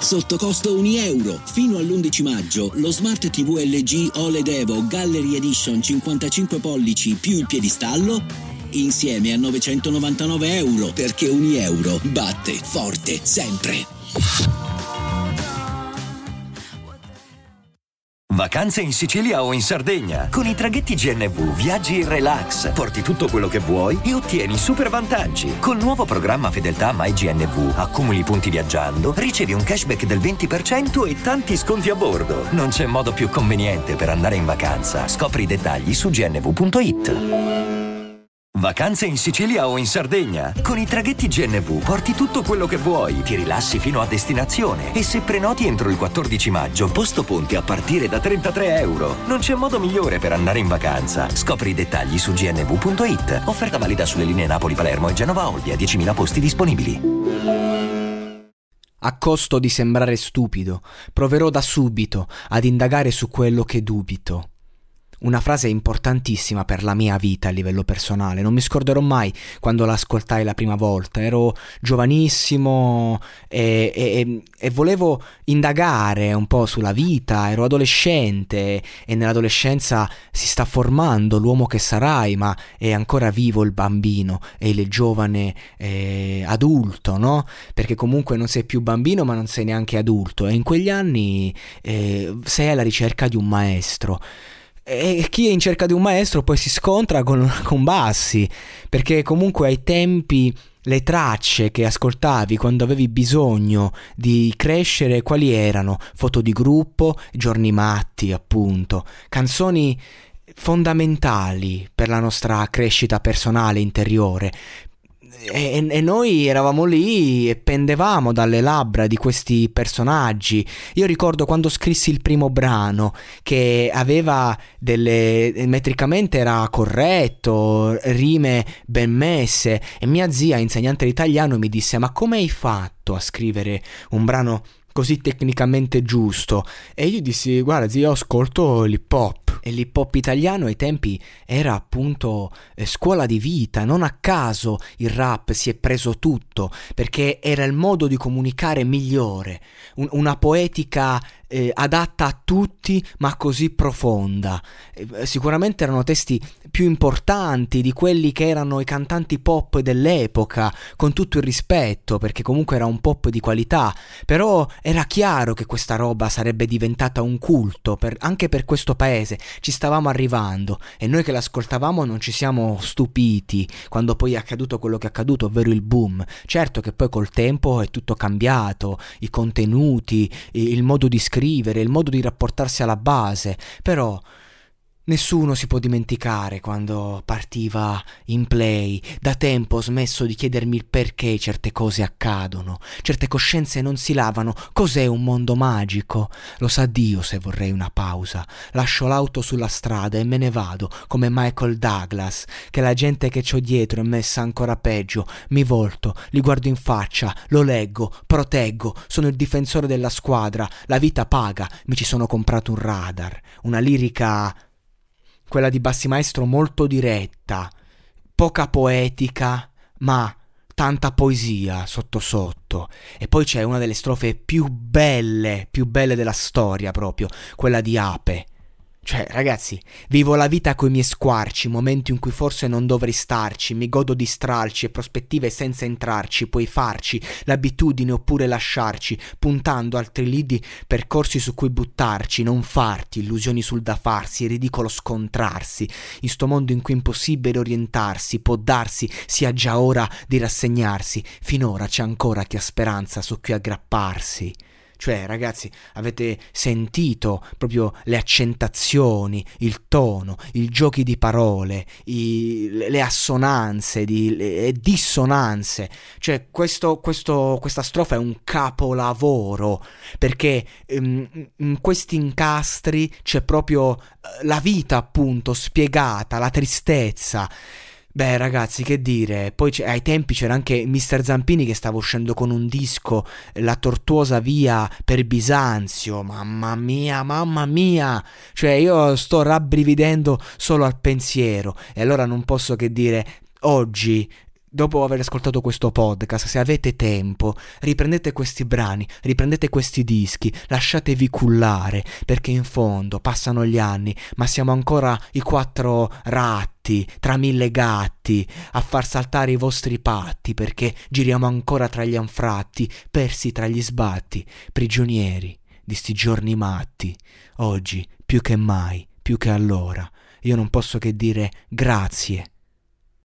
sotto costo €1. Fino all'11 maggio lo Smart TV LG OLED Evo Gallery Edition 55 pollici più il piedistallo insieme a €999, perché €1 batte forte sempre. Vacanze in Sicilia o in Sardegna. Con i traghetti GNV viaggi in relax, porti tutto quello che vuoi e ottieni super vantaggi. Col nuovo programma Fedeltà MyGNV accumuli punti viaggiando, ricevi un cashback del 20% e tanti sconti a bordo. Non c'è modo più conveniente per andare in vacanza. Scopri i dettagli su gnv.it. Vacanze in Sicilia o in Sardegna. Con i traghetti GNV porti tutto quello che vuoi, ti rilassi fino a destinazione e se prenoti entro il 14 maggio, posto ponti a partire da €33. Non c'è modo migliore per andare in vacanza. Scopri i dettagli su gnv.it. Offerta valida sulle linee Napoli-Palermo e Genova-Olbia, 10.000 posti disponibili. A costo di sembrare stupido, proverò da subito ad indagare su quello che dubito. Una frase importantissima per la mia vita a livello personale. Non mi scorderò mai quando l'ascoltai la prima volta. Ero giovanissimo e volevo indagare un po' sulla vita. Ero adolescente e nell'adolescenza si sta formando l'uomo che sarai, ma è ancora vivo il bambino e il giovane adulto, no? Perché comunque non sei più bambino ma non sei neanche adulto e in quegli anni sei alla ricerca di un maestro. E chi è in cerca di un maestro poi si scontra con Bassi, perché comunque ai tempi le tracce che ascoltavi quando avevi bisogno di crescere quali erano? Foto di gruppo, Giorni Matti appunto, canzoni fondamentali per la nostra crescita personale interiore. E noi eravamo lì e pendevamo dalle labbra di questi personaggi. Io ricordo quando scrissi il primo brano che aveva metricamente era corretto, rime ben messe e mia zia, insegnante di italiano, mi disse: ma come hai fatto a scrivere un brano così tecnicamente giusto? E io dissi: guarda zia, io ascolto l'hip hop. E l'hip hop italiano ai tempi era appunto scuola di vita. Non a caso il rap si è preso tutto, perché era il modo di comunicare migliore, una poetica adatta a tutti ma così profonda. Sicuramente erano testi più importanti di quelli che erano i cantanti pop dell'epoca, con tutto il rispetto, perché comunque era un pop di qualità, però era chiaro che questa roba sarebbe diventata un culto anche per questo paese. Ci stavamo arrivando e noi che l'ascoltavamo non ci siamo stupiti quando poi è accaduto quello che è accaduto, ovvero il boom. Certo che poi col tempo è tutto cambiato, i contenuti, il modo di scrivere, il modo di rapportarsi alla base, però nessuno si può dimenticare quando partiva in play. Da tempo ho smesso di chiedermi il perché certe cose accadono, certe coscienze non si lavano. Cos'è un mondo magico? Lo sa Dio se vorrei una pausa. Lascio l'auto sulla strada e me ne vado come Michael Douglas, che la gente che c'ho dietro è messa ancora peggio. Mi volto, li guardo in faccia, lo leggo, proteggo, sono il difensore della squadra. La vita paga, mi ci sono comprato un radar, una lirica, quella di Bassi Maestro, molto diretta, poca poetica, ma tanta poesia sotto sotto. E poi c'è una delle strofe più belle della storia, proprio quella di Ape. Cioè, ragazzi, vivo la vita coi miei squarci, momenti in cui forse non dovrei starci, mi godo di stralci e prospettive senza entrarci, puoi farci l'abitudine oppure lasciarci, puntando altri lidi percorsi su cui buttarci, non farti illusioni sul da farsi, è ridicolo scontrarsi, in sto mondo in cui è impossibile orientarsi, può darsi sia già ora di rassegnarsi, finora c'è ancora chi ha speranza su cui aggrapparsi. Cioè, ragazzi, avete sentito proprio le accentazioni, il tono, i giochi di parole, le assonanze, le dissonanze. Cioè, questa strofa è un capolavoro, perché in questi incastri c'è proprio la vita, appunto, spiegata, la tristezza. Beh, ragazzi, che dire, poi ai tempi c'era anche Mr. Zampini che stava uscendo con un disco, La tortuosa via per Bisanzio. Mamma mia, cioè io sto rabbrividendo solo al pensiero. E allora non posso che dire, oggi dopo aver ascoltato questo podcast, se avete tempo, riprendete questi brani, riprendete questi dischi, lasciatevi cullare, perché in fondo passano gli anni, ma siamo ancora i 4 ratti tra 1000 gatti a far saltare i vostri patti, perché giriamo ancora tra gli anfratti, persi tra gli sbatti, prigionieri di sti giorni matti. Oggi, più che mai, più che allora, io non posso che dire grazie